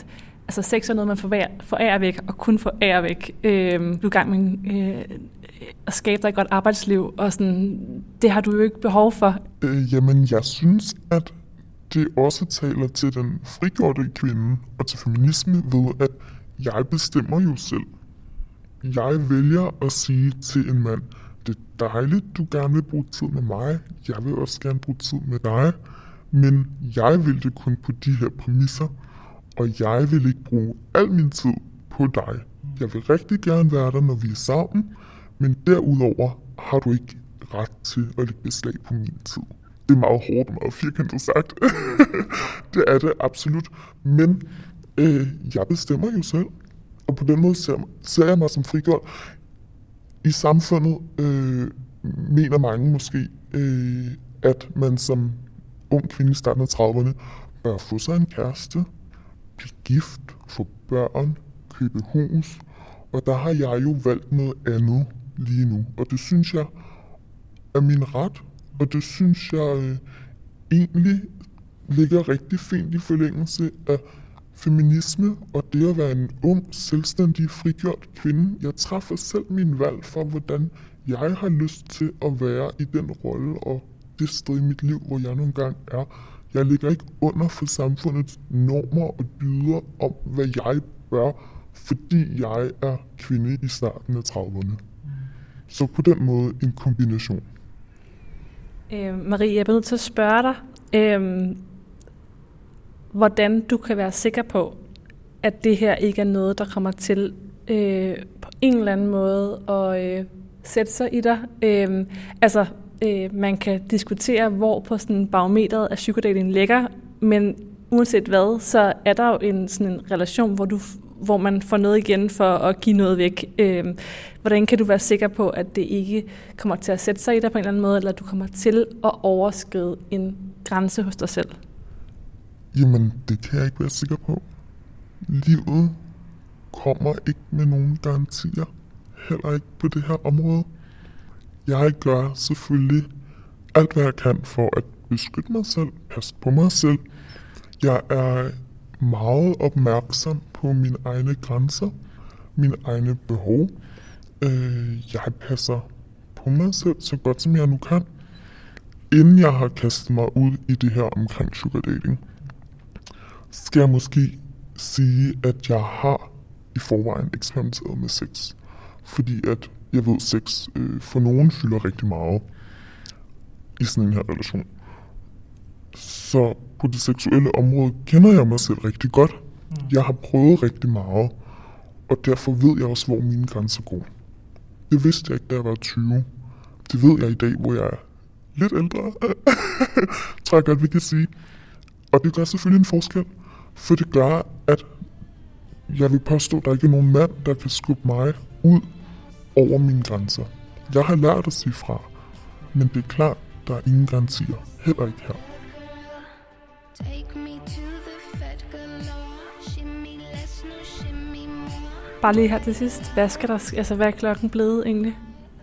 altså sex er noget, man forærer væk, og kun forærer væk. Øh, du er i gang med øh, at skabe dig et godt arbejdsliv, og sådan, det har du jo ikke behov for. Øh, jamen, jeg synes, at det også taler til den frigjorte kvinde og til feminisme ved, at jeg bestemmer jo selv. Jeg vælger at sige til en mand, det er dejligt, du gerne vil bruge tid med mig. Jeg vil også gerne bruge tid med dig. Men jeg vil det kun på de her præmisser. Og jeg vil ikke bruge al min tid på dig. Jeg vil rigtig gerne være der, når vi er sammen. Men derudover har du ikke ret til at lægge beslag på min tid. Det er meget hårdt og meget firkantet sagt. Det er det absolut. Men øh, jeg bestemmer jo selv. Og på den måde ser, ser jeg mig som frigjort. I samfundet øh, mener mange måske, øh, at man som ung kvinde i starten af trediverne bør få sig en kæreste, blive gift, få børn, købe hus. Og der har jeg jo valgt noget andet lige nu. Og det synes jeg er min ret. Og det synes jeg øh, egentlig ligger rigtig fint i forlængelse af feminisme og det at være en ung, selvstændig, frigjort kvinde. Jeg træffer selv min valg for, hvordan jeg har lyst til at være i den rolle og det sted i mit liv, hvor jeg nogle gange er. Jeg ligger ikke under for samfundets normer og dyder om, hvad jeg bør, fordi jeg er kvinde i starten af trediverne. Så på den måde en kombination. Øh, Marie, jeg er nødt til at spørge dig, øh, hvordan du kan være sikker på, at det her ikke er noget, der kommer til øh, på en eller anden måde at øh, sætte sig i dig. Øh, altså, øh, man kan diskutere, hvor på sådan barometeret af sugardating ligger, men uanset hvad, så er der jo en, sådan en relation, hvor, du, hvor man får noget igen for at give noget væk. Øh, hvordan kan du være sikker på, at det ikke kommer til at sætte sig i dig på en eller anden måde, eller at du kommer til at overskride en grænse hos dig selv? Jamen, det kan jeg ikke være sikker på. Livet kommer ikke med nogen garantier. Heller ikke på det her område. Jeg gør selvfølgelig alt, hvad jeg kan for at beskytte mig selv, passe på mig selv. Jeg er meget opmærksom på mine egne grænser, mine egne behov. Jeg passer på mig selv så godt, som jeg nu kan, inden jeg har kastet mig ud i det her omkring sugar dating. Skal jeg måske sige, at jeg har i forvejen eksperimenteret med sex. Fordi at jeg ved, at sex øh, for nogen fylder rigtig meget i sådan en her relation. Så på det seksuelle område kender jeg mig selv rigtig godt. Jeg har prøvet rigtig meget, og derfor ved jeg også, hvor mine grænser går. Det vidste jeg ikke, da jeg var tyve. Det ved jeg i dag, hvor jeg er lidt ældre, tror jeg godt, vi kan sige. Og det gør selvfølgelig en forskel, for det gør, at jeg vil påstå, at der ikke er nogen mand, der kan skubbe mig ud over mine grænser. Jeg har lært at sige fra, men det er klart, der er ingen garantier, heller ikke her. Bare lige her til sidst, hvad skal der, altså hvad er klokken blevet egentlig?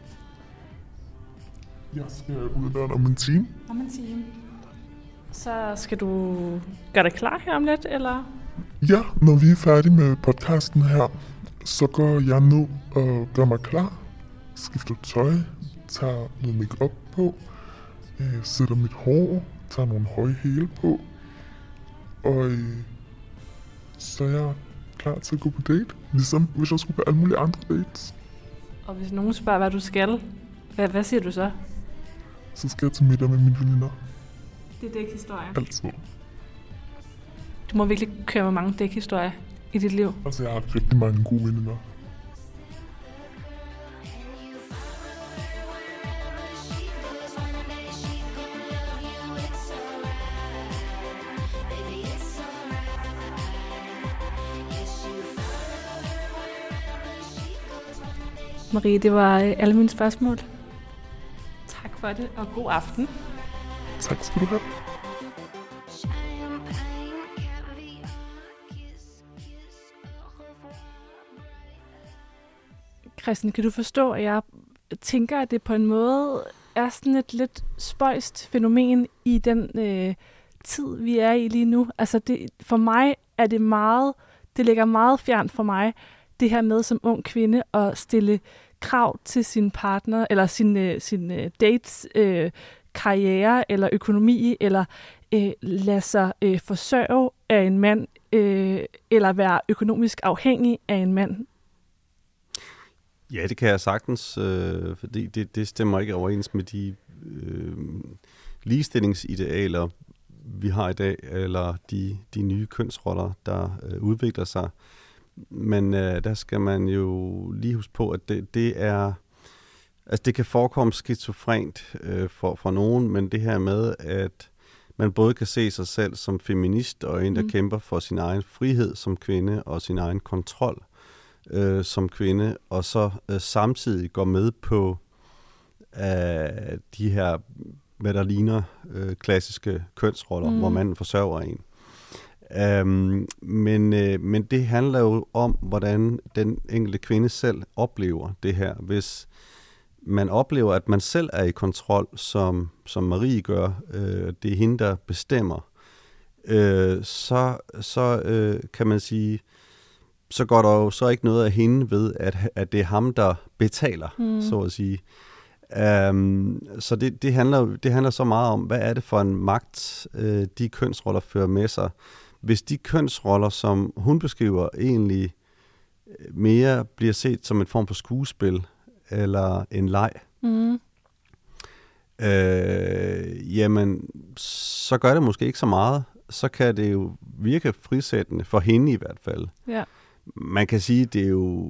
Jeg skal ud der om en time. Om en time. Så skal du gøre dig klar her om lidt, eller? Ja, når vi er færdige med podcasten her, så går jeg ned og gør mig klar, skifter tøj, tager noget make-up på, øh, sætter mit hår, tager nogle høje hæle på, og øh, så er jeg klar til at gå på date, ligesom hvis jeg skulle på alle mulige andre dates. Og hvis nogen spørger, hvad du skal, hvad, hvad siger du så? Så skal jeg til middag med mine veninder. Det er dækhistorie. Altid. Du må virkelig køre med mange dækhistorier i dit liv. Altså, jeg har rigtig mange gode veninder. Marie, det var alle mine spørgsmål. Tak for det, og god aften. Tak skal du have. Christian, kan du forstå, at jeg tænker, at det på en måde er sådan et lidt spøjst fænomen i den øh, tid, vi er i lige nu? Altså det, for mig er det meget det ligger meget fjernt for mig, det her med som ung kvinde at stille krav til sin partner, eller sin, øh, sin øh, dates øh, karriere, eller økonomi, eller øh, lade sig øh, forsørge af en mand, øh, eller være økonomisk afhængig af en mand. Ja, det kan jeg sagtens, øh, fordi det, det stemmer ikke overens med de øh, ligestillingsidealer, vi har i dag, eller de, de nye kønsroller, der øh, udvikler sig. Men øh, der skal man jo lige huske på, at det, det er, altså det kan forekomme skizofrent øh, for, for nogen, men det her med, at man både kan se sig selv som feminist og en, der mm. kæmper for sin egen frihed som kvinde og sin egen kontrol øh, som kvinde, og så øh, samtidig går med på øh, de her, hvad der ligner øh, klassiske kønsroller, mm. hvor manden forsørger en. Um, men, øh, men det handler jo om, hvordan den enkelte kvinde selv oplever det her. Hvis man oplever, at man selv er i kontrol, som, som Marie gør, øh, det er hende, der bestemmer, øh, så, så øh, kan man sige, så går der jo så ikke noget af hende ved, at, at det er ham, der betaler, mm. så at sige. Um, så det, det, handler, det handler så meget om, hvad er det for en magt, øh, de kønsroller fører med sig. Hvis de kønsroller, som hun beskriver, egentlig mere bliver set som en form for skuespil eller en leg, mm. øh, jamen, så gør det måske ikke så meget. Så kan det jo virke frisættende, for hende i hvert fald. Ja. Man kan sige, at det er jo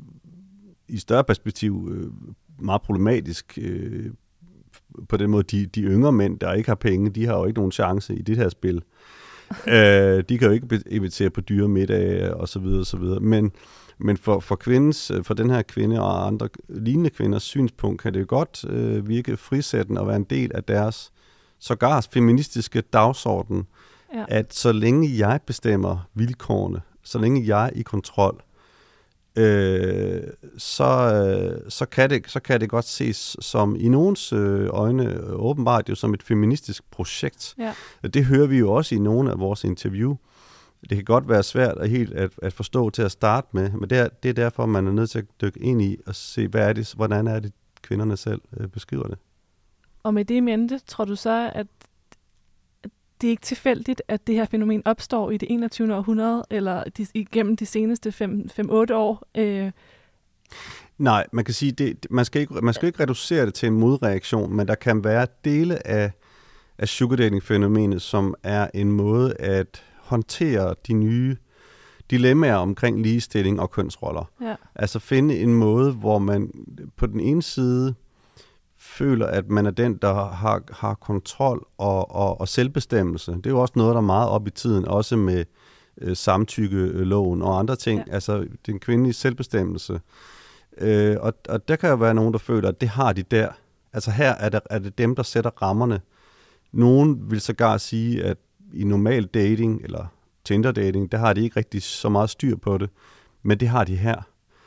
i større perspektiv øh, meget problematisk øh, på den måde, de, de yngre mænd, der ikke har penge, de har jo ikke nogen chance i det her spil. øh, de kan jo ikke invitere på dyre middage og så videre og så videre. Men, men for, for, kvindens, for den her kvinde og andre lignende kvinders synspunkt kan det jo godt øh, virke frisættende og være en del af deres sågar feministiske dagsorden, ja. At så længe jeg bestemmer vilkårene, så længe jeg er i kontrol, øh, så, øh, så, kan det, så kan det godt ses som i nogens øh, øjne øh, åbenbart jo som et feministisk projekt. Ja. Det hører vi jo også i nogle af vores interview. Det kan godt være svært at helt at, at forstå til at starte med, men det er, det er derfor, man er nødt til at dykke ind i og se, hvad er det, hvordan er det, kvinderne selv øh, beskriver det. Og med det i mente, tror du så, at det er ikke tilfældigt, at det her fænomen opstår i det enogtyvende århundrede, eller de, igennem de seneste fem otte år? Øh. Nej, man kan sige, det, man skal ikke, man skal ikke reducere det til en modreaktion, men der kan være dele af, af sugardating-fænomenet, som er en måde at håndtere de nye dilemmaer omkring ligestilling og kønsroller. Ja. Altså finde en måde, hvor man på den ene side føler, at man er den, der har, har kontrol og, og, og selvbestemmelse. Det er jo også noget, der er meget op i tiden, også med øh, samtykkeloven og andre ting. Ja. Altså den kvindelige selvbestemmelse. Øh, og, og der kan jo være nogen, der føler, at det har de der. Altså her er det, er det dem, der sætter rammerne. Nogen vil sågar sige, at i normal dating, eller Tinder-dating, der har de ikke rigtig så meget styr på det. Men det har de her.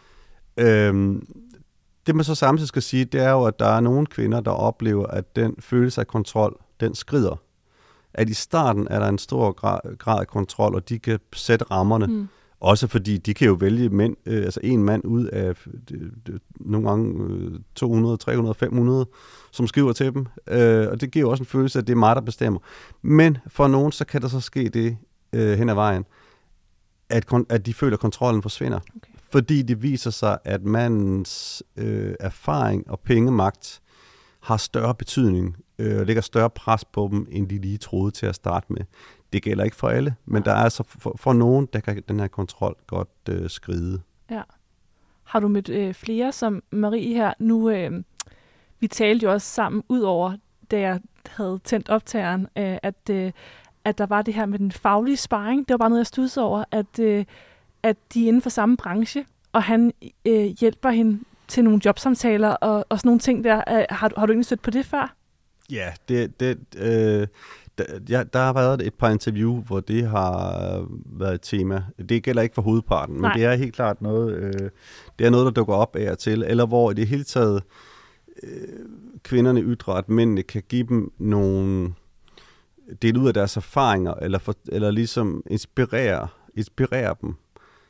Øh, Det man så samtidig skal sige, det er jo, at der er nogle kvinder, der oplever, at den følelse af kontrol, den skrider. At i starten er der en stor grad, grad af kontrol, og de kan sætte rammerne. Mm. Også fordi de kan jo vælge mænd, øh, altså en mand ud af øh, nogle gange øh, to hundrede, tre hundrede, fem hundrede, som skriver til dem. Øh, og det giver jo også en følelse af, at det er mig, der bestemmer. Men for nogen, så kan der så ske det øh, hen ad vejen, at, at de føler, at kontrollen forsvinder. Okay. Fordi det viser sig, at mandens øh, erfaring og pengemagt har større betydning, øh, og lægger større pres på dem, end de lige troede til at starte med. Det gælder ikke for alle, men der er altså for, for nogen, der kan den her kontrol godt øh, skride. Ja. Har du mødt øh, flere som Marie her? Nu, øh, vi talte jo også sammen, ud over, da jeg havde tændt optageren, øh, at, øh, at der var det her med den faglige sparring. Det var bare noget, jeg studsede over, at øh, at de er inden for samme branche, og han øh, hjælper hende til nogle jobsamtaler og, og sådan nogle ting der. Har, har du egentlig stødt på det før? Ja, det, det, øh, der, ja, der har været et par interview, hvor det har været et tema. Det gælder ikke for hovedparten, Nej. men det er helt klart noget, øh, det er noget, der dukker op af og til, eller hvor i det hele taget øh, kvinderne ytrer, at mændene kan give dem nogle del ud af deres erfaringer, eller, for, eller ligesom inspirere, inspirere dem.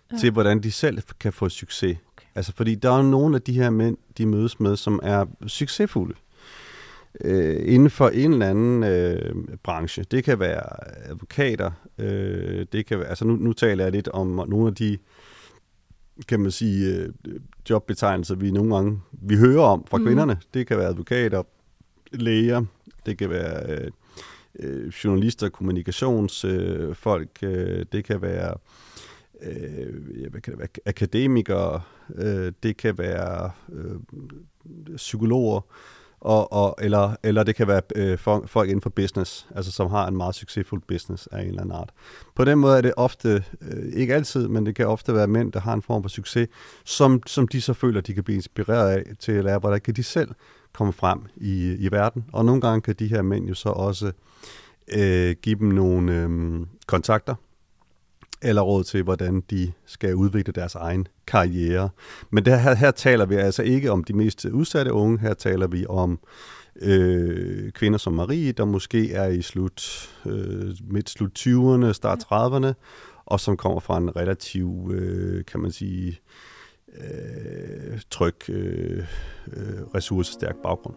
ja. til, hvordan de selv kan få succes. Okay. Altså, fordi der er jo nogle af de her mænd, de mødes med, som er succesfulde øh, inden for en eller anden øh, branche. Det kan være advokater, øh, det kan være, altså nu, nu taler jeg lidt om nogle af de, kan man sige, øh, jobbetegnelser, vi nogle gange vi hører om fra mm. kvinderne. Det kan være advokater, læger, det kan være øh, øh, journalister, kommunikationsfolk, øh, det kan være, øh, hvad kan det være akademikere, øh, det kan være øh, psykologer, og, og, eller, eller det kan være øh, folk inden for business, altså som har en meget succesfuld business af en eller anden art. På den måde er det ofte, øh, ikke altid, men det kan ofte være mænd, der har en form for succes, som, som de så føler, de kan blive inspireret af til at lære, hvordan kan de selv komme frem i, i verden. Og nogle gange kan de her mænd jo så også øh, give dem nogle øh, kontakter, eller råd til, hvordan de skal udvikle deres egen karriere. Men det her, her taler vi altså ikke om de mest udsatte unge, her taler vi om øh, kvinder som Marie, der måske er i slut, øh, midt slut tyverne, start trediverne, og som kommer fra en relativ, øh, kan man sige, øh, tryg, øh, øh, ressourcestærk baggrund.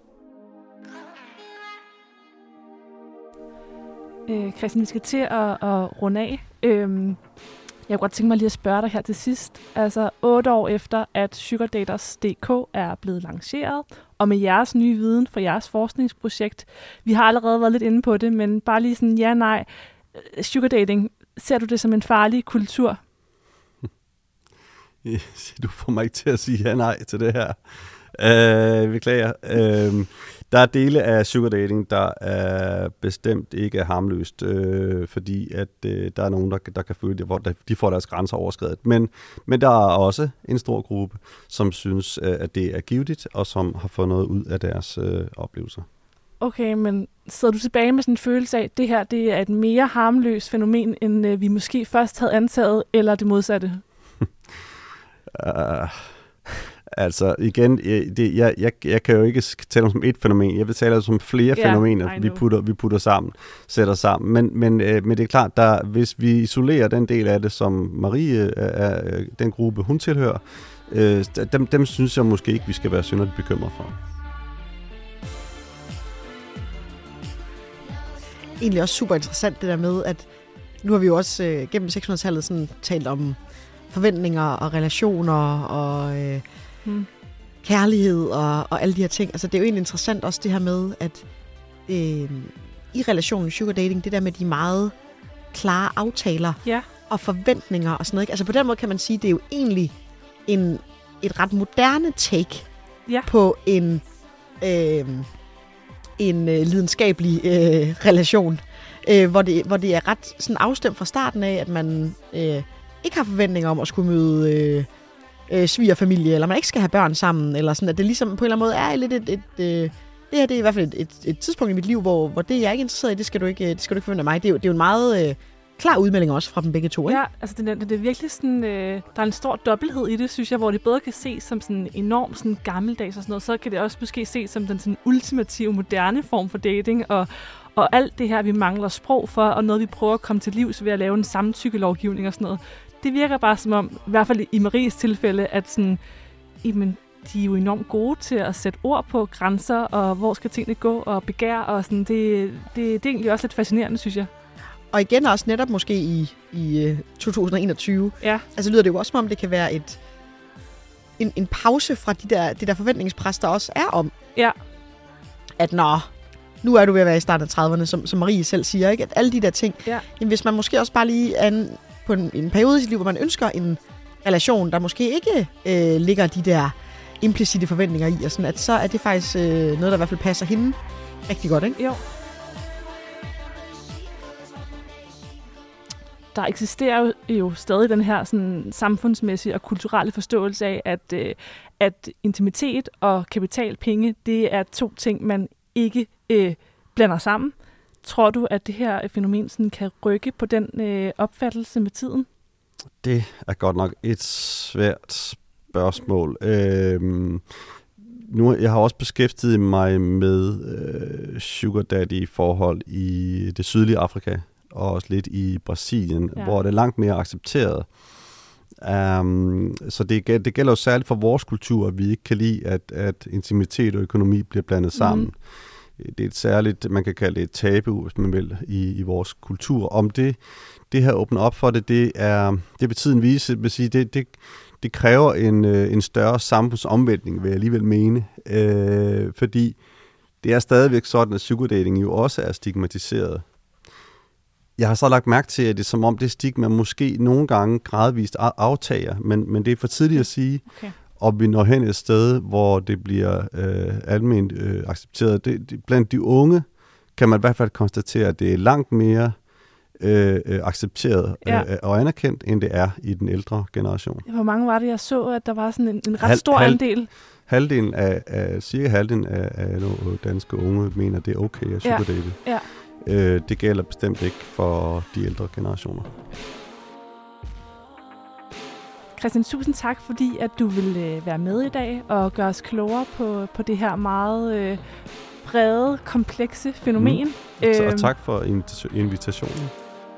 Øh, Christian, vi skal til at, at runde af. Øhm, jeg kunne godt tænke mig lige at spørge dig her til sidst. Altså otte år efter, at Sugardaters punktum d k er blevet lanceret, og med jeres nye viden for jeres forskningsprojekt, vi har allerede været lidt inde på det, men bare lige sådan, ja, nej, sugardating, ser du det som en farlig kultur? Du får mig ikke til at sige ja, nej til det her. Uh, beklager. Uh, der er dele af sugardating, der er bestemt ikke er harmløst, uh, fordi at uh, der er nogen, der, der kan føle det, hvor de får deres grænser overskredet. Men, men der er også en stor gruppe, som synes, uh, at det er givtigt, og som har fået noget ud af deres uh, oplevelser. Okay, men sidder du tilbage med sådan en følelse af, at det her det er et mere harmløst fænomen, end uh, vi måske først havde antaget, eller det modsatte? uh... Altså igen, det, jeg, jeg, jeg kan jo ikke tale om som et fænomen, jeg vil tale som flere yeah, fænomener, vi putter, vi putter sammen, sætter sammen. Men, men, men det er klart, der, hvis vi isolerer den del af det, som Marie er den gruppe, hun tilhører, øh, dem, dem synes jeg måske ikke, vi skal være synderligt bekymret for. Egentlig også super interessant det der med, at nu har vi jo også øh, gennem seks hundrede-tallet sådan talt om forventninger og relationer og øh, hmm. kærlighed og, og alle de her ting. Altså det er jo egentlig interessant også det her med, at øh, i relationen sugar dating, det der med de meget klare aftaler ja. og forventninger og sådan noget. Ikke? Altså på den måde kan man sige, det er jo egentlig en, et ret moderne take ja. på en, øh, en øh, lidenskabelig øh, relation, øh, hvor, det, hvor det er ret sådan afstemt fra starten af, at man øh, ikke har forventninger om at skulle møde øh, øh, svigerfamilie, eller man ikke skal have børn sammen, eller sådan, at det ligesom på en eller anden måde er lidt et... et øh, det her det er i hvert fald et, et, et tidspunkt i mit liv, hvor, hvor det, jeg er ikke interesseret i, det skal du ikke, det skal du ikke forvente af mig. Det er jo, det er jo en meget øh, klar udmelding også fra dem begge to, ikke? Ja, altså det, det, det er virkelig sådan, øh, der er en stor dobbelthed i det, synes jeg, hvor det både kan ses som sådan enormt sådan gammeldags og sådan noget, så kan det også måske ses som den sådan ultimative, moderne form for dating, og, og alt det her, vi mangler sprog for, og noget, vi prøver at komme til livs ved at lave en samtykkelovgivning og sådan noget. Det virker bare som om, i hvert fald i Maries tilfælde, at sådan, jamen, de er jo enormt gode til at sætte ord på grænser, og hvor skal tingene gå, og begær, og sådan, det, det, det er egentlig også lidt fascinerende, synes jeg. Og igen også netop måske i, i to tusind enogtyve, ja. altså lyder det jo også som om, det kan være et, en, en pause fra de der, det der forventningspres, der også er om, ja. at nå, nu er du ved at være i starten af trediverne, som, som Marie selv siger, ikke? At alle de der ting, ja. Jamen, hvis man måske også bare lige er en, på en, en periode i sit liv, hvor man ønsker en relation, der måske ikke øh, ligger de der implicite forventninger i, og sådan, at så er det faktisk øh, noget, der i hvert fald passer hende rigtig godt, ikke? Jo. Der eksisterer jo stadig den her sådan, samfundsmæssige og kulturelle forståelse af, at, øh, at intimitet og kapitalpenge, det er to ting, man ikke øh, blander sammen. Tror du, at det her fænomen sådan, kan rykke på den øh, opfattelse med tiden? Det er godt nok et svært spørgsmål. Øhm, nu, jeg har også beskæftiget mig med øh, sugar daddy forhold i det sydlige Afrika, og også lidt i Brasilien, ja. Hvor det er langt mere accepteret Um, så det, det gælder jo særligt for vores kultur, at vi ikke kan lide, at, at intimitet og økonomi bliver blandet sammen. Mm. Det er et særligt, man kan kalde det et tabu, hvis man vil, i, i vores kultur. Om det, det her åbner op for det, det er, det vil tiden vise, vil sige, det, det, det kræver en, en større samfundsomvæltning, vil jeg alligevel mene, øh, fordi det er stadigvæk sådan, at sugardating jo også er stigmatiseret. Jeg har så lagt mærke til, at det er som om det stigma måske nogle gange gradvist aftager, men, men det er for tidligt at sige, okay. om vi når hen et sted, hvor det bliver øh, alment øh, accepteret. Det, det, blandt de unge kan man i hvert fald konstatere, at det er langt mere øh, accepteret ja. øh, og anerkendt, end det er i den ældre generation. Hvor mange var det, jeg så, at der var sådan en, en ret Hal, stor hal, andel? Halvdelen af, af, cirka halvdelen af, af danske unge mener, det er okay at sugardate. Ja. Ja. Øh, det gælder bestemt ikke for de ældre generationer. Christian, tusind tak, fordi at du vil øh, være med i dag og gøre os klogere på, på det her meget øh, brede, komplekse fænomen. Mm. Og, og tak for invitationen.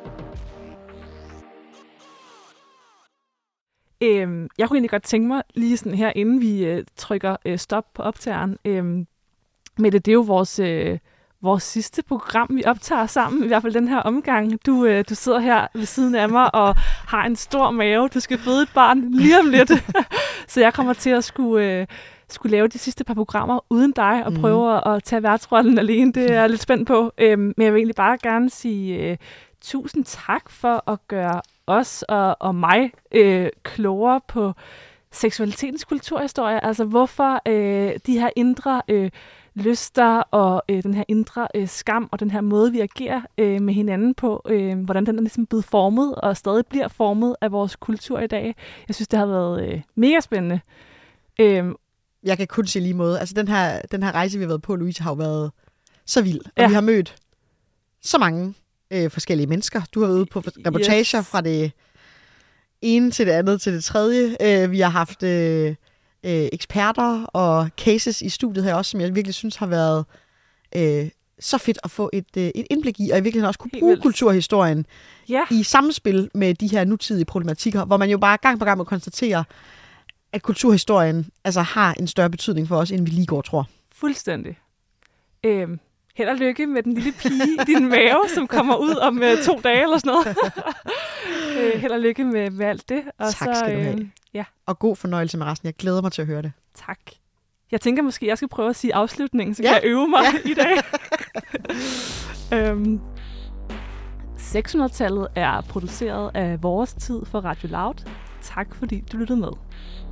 Øhm, jeg kunne egentlig godt tænke mig, lige sådan her, inden vi øh, trykker øh, stop på optageren, øh, med det, det er jo vores... Øh, Vores sidste program, vi optager sammen, i hvert fald den her omgang. Du, øh, du sidder her ved siden af mig og har en stor mave. Du skal føde et barn lige om lidt. Så jeg kommer til at skulle, øh, skulle lave de sidste par programmer uden dig og mm. prøve at, at tage værtsrollen alene. Det er jeg lidt spændt på. Øhm, men jeg vil egentlig bare gerne sige øh, tusind tak for at gøre os og, og mig øh, klogere på seksualitetens kulturhistorie. Altså hvorfor øh, de her indre... Øh, lyster og øh, den her indre øh, skam og den her måde, vi agerer øh, med hinanden på, øh, hvordan den er ligesom blevet formet og stadig bliver formet af vores kultur i dag. Jeg synes, det har været øh, mega spændende. Øh, Jeg kan kun sige lige måde. Altså den her, den her rejse, vi har været på, Louise, har jo været så vild. Og ja. vi har mødt så mange øh, forskellige mennesker. Du har været ude på reportager yes. fra det ene til det andet til det tredje. Øh, vi har haft... Øh, Øh, eksperter og cases i studiet her også, som jeg virkelig synes har været øh, så fedt at få et, øh, et indblik i, og i virkeligheden også kunne bruge kulturhistorien ja. i samspil med de her nutidige problematikker, hvor man jo bare gang på gang må konstatere, at kulturhistorien altså har en større betydning for os, end vi lige går tror. Fuldstændig. Øhm, held og lykke med den lille pige i din mave, som kommer ud om øh, to dage eller sådan noget. øh, held og lykke med, med alt det. Og tak skal så, du have. Øh, ja. Og god fornøjelse med resten. Jeg glæder mig til at høre det. Tak. Jeg tænker måske, jeg skal prøve at sige afslutningen, så ja. kan jeg øve mig ja. i dag. øhm, seks hundrede-tallet er produceret af Vores Tid for Radio Loud. Tak fordi du lyttede med.